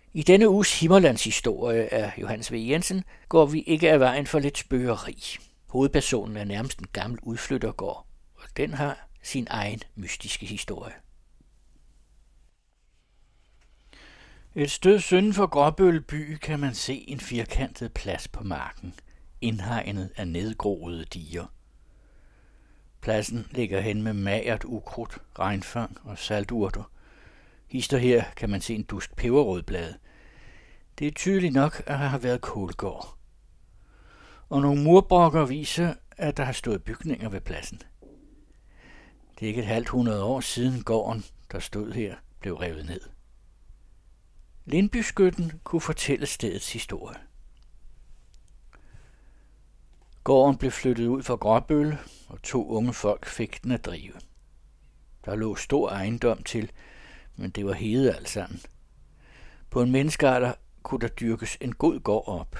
I denne uges Himmerlandshistorie af Johannes V. Jensen går vi ikke af vejen for lidt spøgeri. Hovedpersonen er nærmest en gammel udflyttergård, og den har sin egen mystiske historie. Et sted sønden for Gråbøl by kan man se en firkantet plads på marken, indhegnet af nedgroede diger. Pladsen ligger hen med magert ukrudt, regnfang og salturter. Hister her kan man se en dusk peberrødblade. Det er tydeligt nok, at der har været kålgård. Og nogle murbrokker viser, at der har stået bygninger ved pladsen. Det er ikke et halvt 100 år siden gården, der stod her, blev revet ned. Lindbyskytten kunne fortælle stedets historie. Gården blev flyttet ud fra Gråbøl, og 2 unge folk fik den at drive. Der lå stor ejendom til, men det var hede alt sammen. På en menneskealder kunne der dyrkes en god gård op.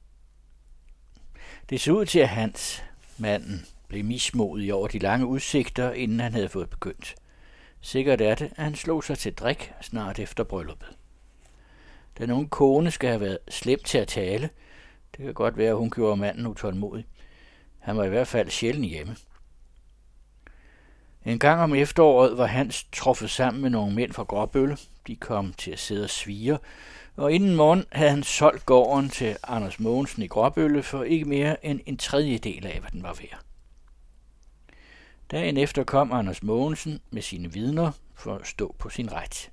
Det så ud til, at Hans, manden, blev mismodig over de lange udsigter, inden han havde fået begyndt. Sikkert er det, at han slog sig til drik snart efter brylluppet. Den unge kone skal have været slemt til at tale. Det kan godt være, at hun gjorde manden utålmodig. Han var i hvert fald sjældent hjemme. En gang om efteråret var Hans truffet sammen med nogle mænd fra Gråbøl. De kom til at sidde og svire, og inden morgen havde han solgt gården til Anders Mogensen i Gråbølle for ikke mere end en tredjedel af, hvad den var værd. Dagen efter kom Anders Mogensen med sine vidner for at stå på sin ret.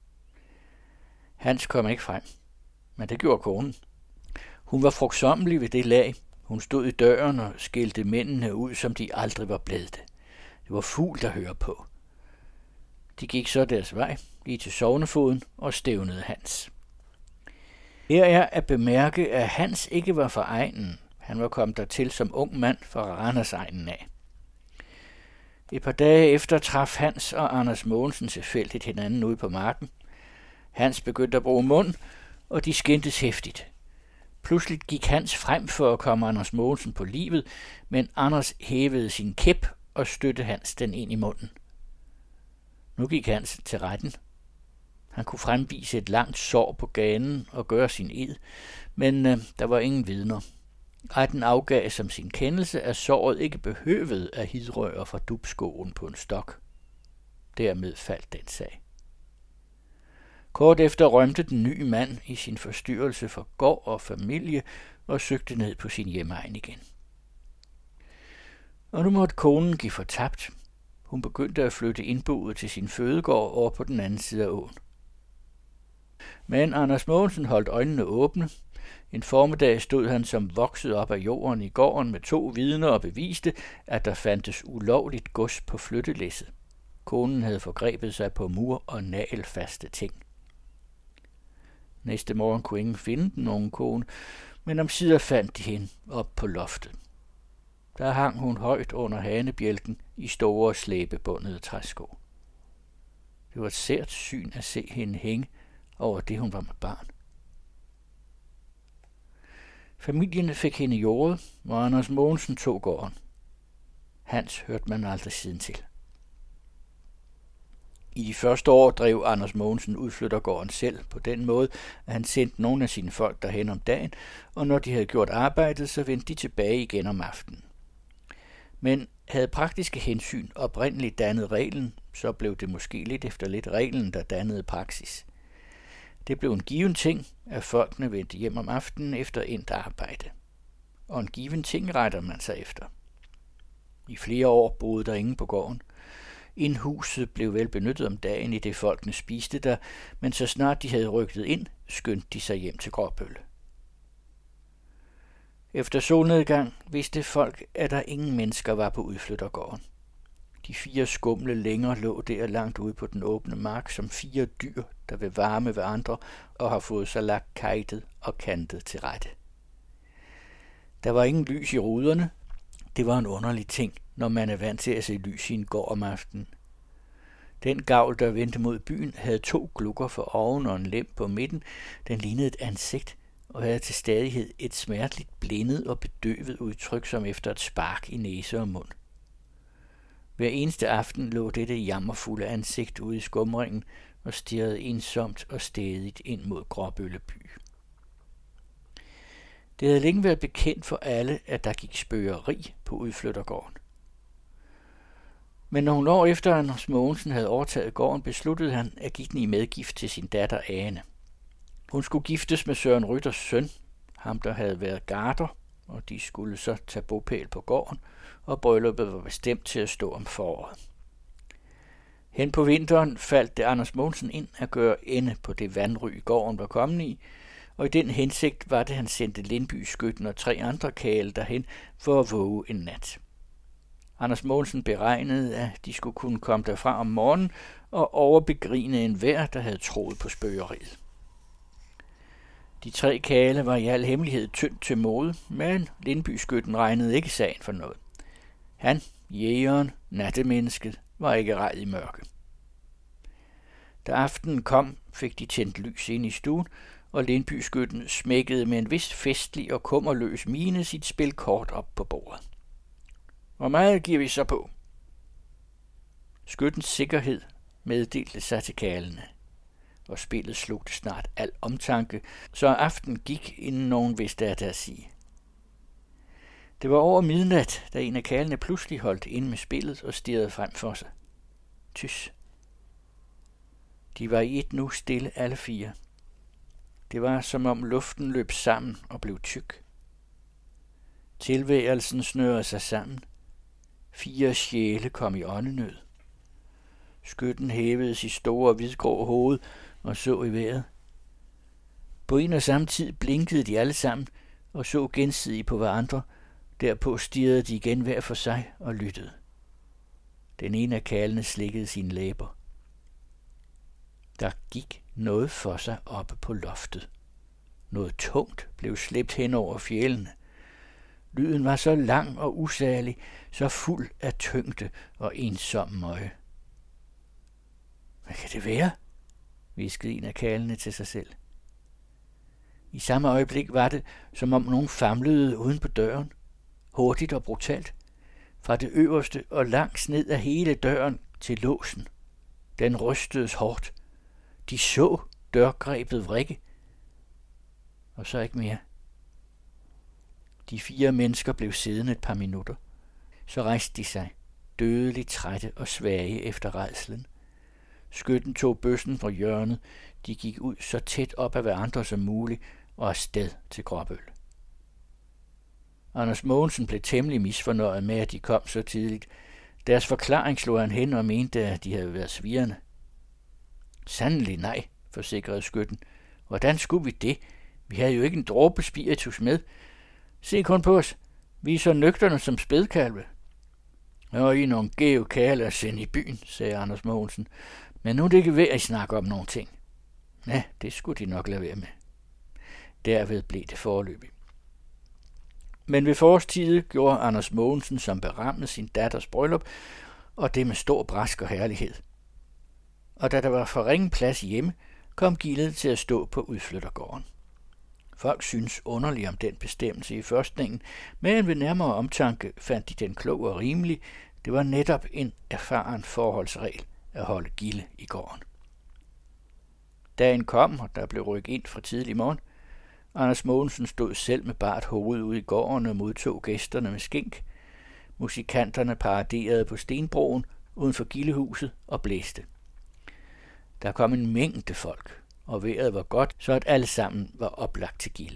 Hans kom ikke frem, men det gjorde konen. Hun var frugtsommelig ved det lag. Hun stod i døren og skældte mændene ud, som de aldrig var blevet det. Det var fuglt at høre på. De gik så deres vej, lige til sognefoden og stævnede Hans. Her er at bemærke, at Hans ikke var fra egnen. Han var kommet dertil som ung mand fra Randersegnen af. Et par dage efter traf Hans og Anders Mogensen tilfældigt hinanden ude på marken. Hans begyndte at bruge mund, og de skændtes heftigt. Pludselig gik Hans frem for at komme Anders Mogensen på livet, men Anders hævede sin kæp og støtte Hans den ind i munden. Nu gik Hans til retten. Han kunne fremvise et langt sår på ganen og gøre sin ed, men der var ingen vidner. Retten afgav som sin kendelse, at såret ikke behøvede at hidrøre fra dubskoen på en stok. Dermed faldt den sag. Kort efter rømte den nye mand i sin forstyrrelse for gård og familie og søgte ned på sin hjemegn igen. Og nu måtte konen give fortabt. Hun begyndte at flytte indboet til sin fødegård over på den anden side af åen. Men Anders Mogensen holdt øjnene åbne. En formiddag stod han som vokset op af jorden i gården med 2 vidner og beviste, at der fandtes ulovligt gods på flyttelæsset. Konen havde forgrebet sig på mur- og nagelfaste ting. Næste morgen kunne ingen finde den unge kone, men omsider fandt de hende op på loftet. Der hang hun højt under hanebjælken i store slæbebundede træsko. Det var et sært syn at se hende hænge over det, hun var med barn. Familien fik hende jordet, og Anders Mogensen tog gården. Hans hørte man aldrig siden til. I de første år drev Anders Mogensen udflyttergården selv på den måde, at han sendte nogle af sine folk derhen om dagen, og når de havde gjort arbejdet, så vendte de tilbage igen om aftenen. Men havde praktiske hensyn oprindeligt dannet reglen, så blev det måske lidt efter lidt reglen, der dannede praksis. Det blev en given ting, at folkene vendte hjem om aftenen efter endt arbejde. Og en given ting retter man sig efter. I flere år boede der ingen på gården. Indhuset blev vel benyttet om dagen, i det folkene spiste der, men så snart de havde rykket ind, skyndte de sig hjem til Gråbøl. Efter solnedgang vidste folk, at der ingen mennesker var på udflyttergården. De 4 skumle længer lå der langt ude på den åbne mark som 4 dyr, der vil varme ved andre og har fået sig lagt kajtet og kantet til rette. Der var ingen lys i ruderne. Det var en underlig ting, når man er vant til at se lys i en gård om aftenen. Den gavl, der vendte mod byen, havde 2 glukker for oven og en lem på midten. Den lignede et ansigt og havde til stadighed et smerteligt blindet og bedøvet udtryk som efter et spark i næse og mund. Hver eneste aften lå dette jammerfulde ansigt ude i skumringen og stirrede ensomt og stædigt ind mod Gråbølle by. Det havde længe været bekendt for alle, at der gik spøgeri på udflyttergården. Men nogle år efter Anders Mogensen havde overtaget gården, besluttede han at give den i medgift til sin datter Ane. Hun skulle giftes med Søren Rytters søn, ham der havde været garder, og de skulle så tage bopæl på gården, og brylluppet var bestemt til at stå om foråret. Hen på vinteren faldt det Anders Mogensen ind at gøre ende på det vandry, gården var kommet i, og i den hensigt var det, han sendte Lindby-skytten og 3 andre kæle derhen for at våge en nat. Anders Mogensen beregnede, at de skulle kunne komme derfra om morgenen og overbegrine enhver, der havde troet på spøgeriet. De 3 kæle var i al hemmelighed tyndt til mode, men Lindby-skytten regnede ikke sagen for noget. Han, jægeren, nattemennesket, var ikke ræd i mørke. Da aftenen kom, fik de tændt lys ind i stuen, og Lindby-skytten smækkede med en vis festlig og kummerløs mine sit spil kort op på bordet. Hvor meget giver vi så på? Skyttens sikkerhed meddelte sig til kælene, og spillet slugte snart al omtanke, så aften gik, inden nogen vidste at der sige. Det var over midnat, da en af kælene pludselig holdt ind med spillet og stirrede frem for sig. Tys. De var i et nu stille alle 4. Det var, som om luften løb sammen og blev tyk. Tilværelsen snørede sig sammen. 4 sjæle kom i åndenød. Skytten hævede sit store hvidgrå hoved og så i vejret. På en og samme tid blinkede de alle sammen og så gensidigt på hverandre. Derpå stirrede de igen hver for sig og lyttede. Den ene af kælene slikkede sine læber. Der gik noget for sig oppe på loftet. Noget tungt blev slæbt hen over fjælene. Lyden var så lang og usalig, så fuld af tyngde og ensom møje. Hvad kan det være? Hviskede en af kælene til sig selv. I samme øjeblik var det, som om nogen famlede uden på døren, hurtigt og brutalt, fra det øverste og langs ned af hele døren til låsen. Den rystedes hårdt. De så dørgrebet vrikke, og så ikke mere. De 4 mennesker blev siddende et par minutter. Så rejste de sig, dødeligt trætte og svage efter rædslen. Skytten tog bøssen fra hjørnet. De gik ud så tæt op ad hverandre som muligt og afsted til Gråbølle. Anders Mogensen blev temmelig misfornøjet med, at de kom så tidligt. Deres forklaring slog han hen og mente, at de havde været svirrende. Sandelig nej, forsikrede skytten. Hvordan skulle vi det? Vi havde jo ikke en dråbe spiritus med. Se kun på os. Vi er så nøgterne som spædkalve. Og I er nogle geokale at sende i byen, sagde Anders Mogensen. Men nu er det ikke værd at snakke om nogle ting. Ja, det skulle de nok lade være med. Derved blev det foreløbigt. Men ved forårstid gjorde Anders Mogensen som berammet sin datters bryllup, og det med stor brask og herlighed. Og da der var for ringe plads hjemme, kom gildet til at stå på udflyttergården. Folk synes underligt om den bestemmelse i førstningen, men ved nærmere omtanke fandt de den klog og rimelig. Det var netop en erfaren forholdsregel at holde gilde i gården. Dagen kom, og der blev rykket ind fra tidlig morgen. Anders Mogensen stod selv med bart hoved ude i gården og modtog gæsterne med skink. Musikanterne paraderede på stenbroen uden for gildehuset og blæste. Der kom en mængde folk, og vejret var godt, så at alle sammen var oplagt til gilde.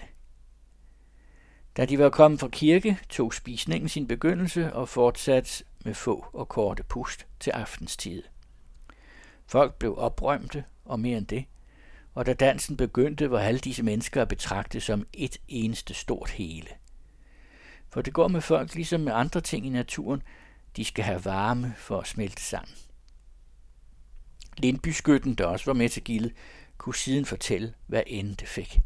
Da de var kommet fra kirke, tog spisningen sin begyndelse og fortsatte med få og korte pust til aftenstid. Folk blev oprømte, og mere end det, og da dansen begyndte, var alle disse mennesker at betragte som et eneste stort hele. For det går med folk ligesom med andre ting i naturen, de skal have varme for at smelte sammen. Lindby-skytten, der også var med til gildet, kunne siden fortælle, hvad end det fik.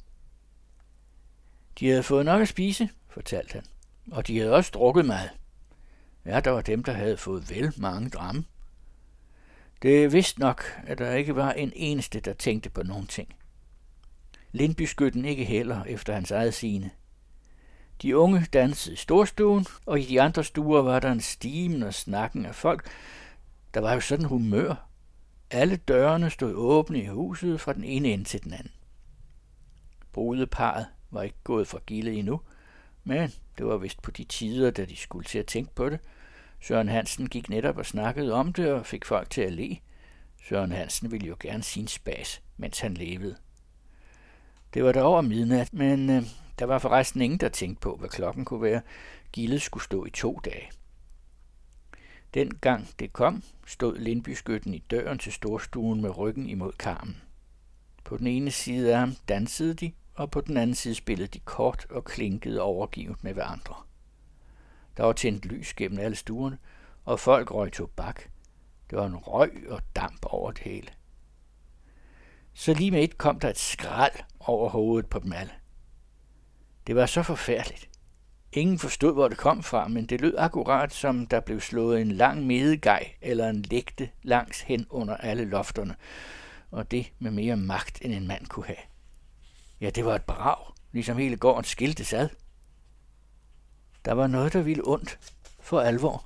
De havde fået nok at spise, fortalte han, og de havde også drukket meget. Ja, der var dem, der havde fået vel mange dramme. Det er vist nok, at der ikke var en eneste, der tænkte på nogen ting. Lindby-skytten ikke heller efter hans eget sigende. De unge dansede i storstuen, og i de andre stuer var der en stimen og snakken af folk. Der var jo sådan humør. Alle dørene stod åbne i huset fra den ene ende til den anden. Brudeparret var ikke gået fra gildet endnu, men det var vist på de tider, da de skulle til at tænke på det. Søren Hansen gik netop og snakkede om det og fik folk til at le. Søren Hansen ville jo gerne sin spas, mens han levede. Det var da over midnat, men der var forresten ingen, der tænkte på, hvad klokken kunne være. Gildet skulle stå i 2 dage. Den gang det kom, stod Lindby-skytten i døren til storstuen med ryggen imod karmen. På den ene side af ham dansede de, og på den anden side spillede de kort og klinkede overgivet med hverandre. Der var tændt lys gennem alle stuerne, og folk røg tobak. Det var en røg og damp over det hele. Så lige med et kom der et skrald over hovedet på dem alle. Det var så forfærdeligt. Ingen forstod, hvor det kom fra, men det lød akkurat, som der blev slået en lang medegej eller en lægte langs hen under alle lofterne, og det med mere magt, end en mand kunne have. Ja, det var et brag, ligesom hele gården skiltes ad. Der var noget, der ville ondt for alvor.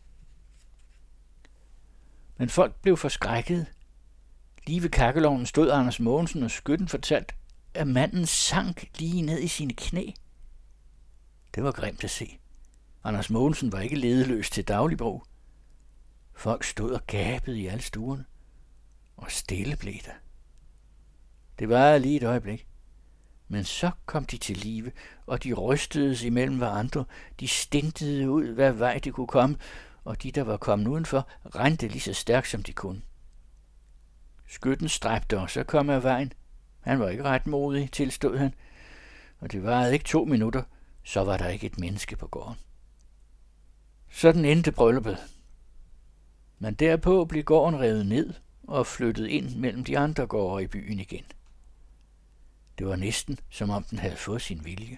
Men folk blev forskrækket. Lige ved kakkelovnen stod Anders Mogensen, og skytten fortalte, at manden sank lige ned i sine knæ. Det var grimt at se. Anders Mogensen var ikke ledeløs til dagligbrug. Folk stod og gabede i alle stuerne, og stille blev der. Det var lige et øjeblik. Men så kom de til live, og de rystedes imellem hverandre. De stintede ud, hvad vej de kunne komme, og de, der var kommet udenfor, rendte lige så stærkt, som de kunne. Skytten stræbte også at komme af vejen. Han var ikke ret modig, tilstod han, og det varede ikke 2 minutter, så var der ikke et menneske på gården. Sådan endte brylluppet. Men derpå blev gården revet ned og flyttet ind mellem de andre gårde i byen igen. Det var næsten, som om den havde fået sin vilje.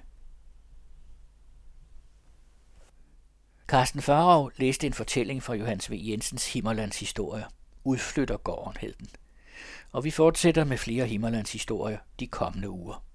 Carsten Farag læste en fortælling fra Johannes V. Jensens Himmerlands historier. Udflyttergården hed den. Og vi fortsætter med flere Himmerlands historier de kommende uger.